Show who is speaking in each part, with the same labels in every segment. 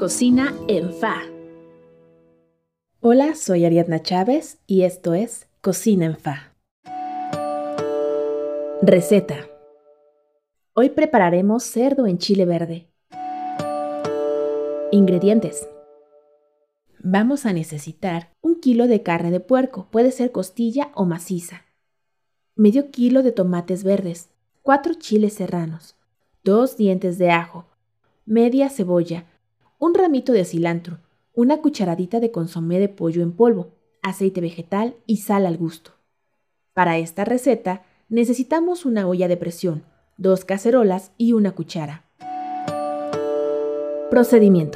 Speaker 1: Cocina en Fa.
Speaker 2: Hola, soy Ariadna Chávez y esto es Cocina en Fa. Receta. Hoy prepararemos cerdo en chile verde. Ingredientes. Vamos a necesitar 1 kilo de carne de puerco, puede ser costilla o maciza, medio kilo de tomates verdes, 4 chiles serranos, 2 dientes de ajo, media cebolla, un ramito de cilantro, una cucharadita de consomé de pollo en polvo, aceite vegetal y sal al gusto. Para esta receta necesitamos una olla de presión, 2 cacerolas y una cuchara. Procedimiento.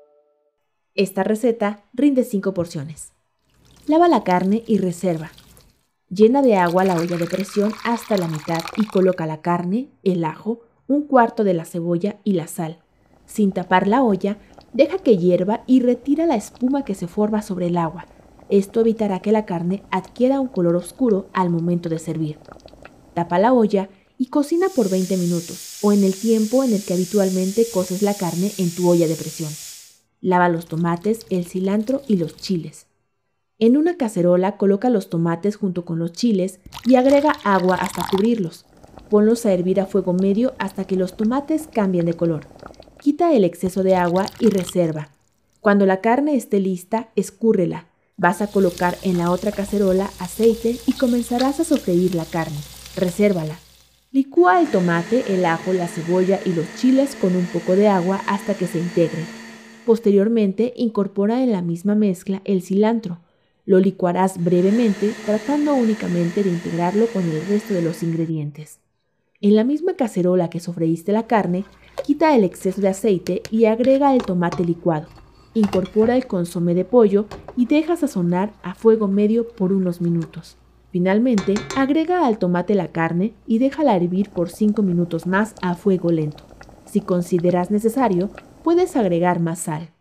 Speaker 2: Esta receta rinde 5 porciones. Lava la carne y reserva. Llena de agua la olla de presión hasta la mitad y coloca la carne, el ajo, 1/4 de la cebolla y la sal. Sin tapar la olla, deja que hierva y retira la espuma que se forma sobre el agua. Esto evitará que la carne adquiera un color oscuro al momento de servir. Tapa la olla y cocina por 20 minutos o en el tiempo en el que habitualmente coces la carne en tu olla de presión. Lava los tomates, el cilantro y los chiles. En una cacerola coloca los tomates junto con los chiles y agrega agua hasta cubrirlos. Ponlos a hervir a fuego medio hasta que los tomates cambien de color. Quita el exceso de agua y reserva. Cuando la carne esté lista, escúrrela. Vas a colocar en la otra cacerola aceite y comenzarás a sofreír la carne. Resérvala. Licúa el tomate, el ajo, la cebolla y los chiles con un poco de agua hasta que se integren. Posteriormente, incorpora en la misma mezcla el cilantro. Lo licuarás brevemente, tratando únicamente de integrarlo con el resto de los ingredientes. En la misma cacerola que sofreíste la carne, quita el exceso de aceite y agrega el tomate licuado. Incorpora el consomé de pollo y deja sazonar a fuego medio por unos minutos. Finalmente, agrega al tomate la carne y déjala hervir por 5 minutos más a fuego lento. Si consideras necesario, puedes agregar más sal.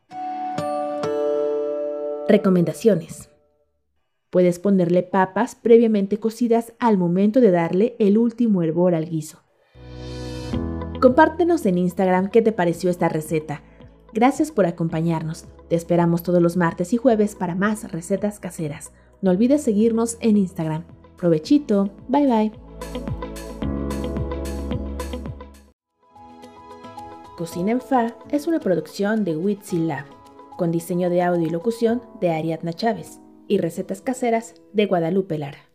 Speaker 2: Recomendaciones. Puedes ponerle papas previamente cocidas al momento de darle el último hervor al guiso. Compártenos en Instagram qué te pareció esta receta. Gracias por acompañarnos. Te esperamos todos los martes y jueves para más recetas caseras. No olvides seguirnos en Instagram. Provechito. Bye bye. Cocina en Fa es una producción de Witsi Lab, con diseño de audio y locución de Ariadna Chávez y recetas caseras de Guadalupe Lara.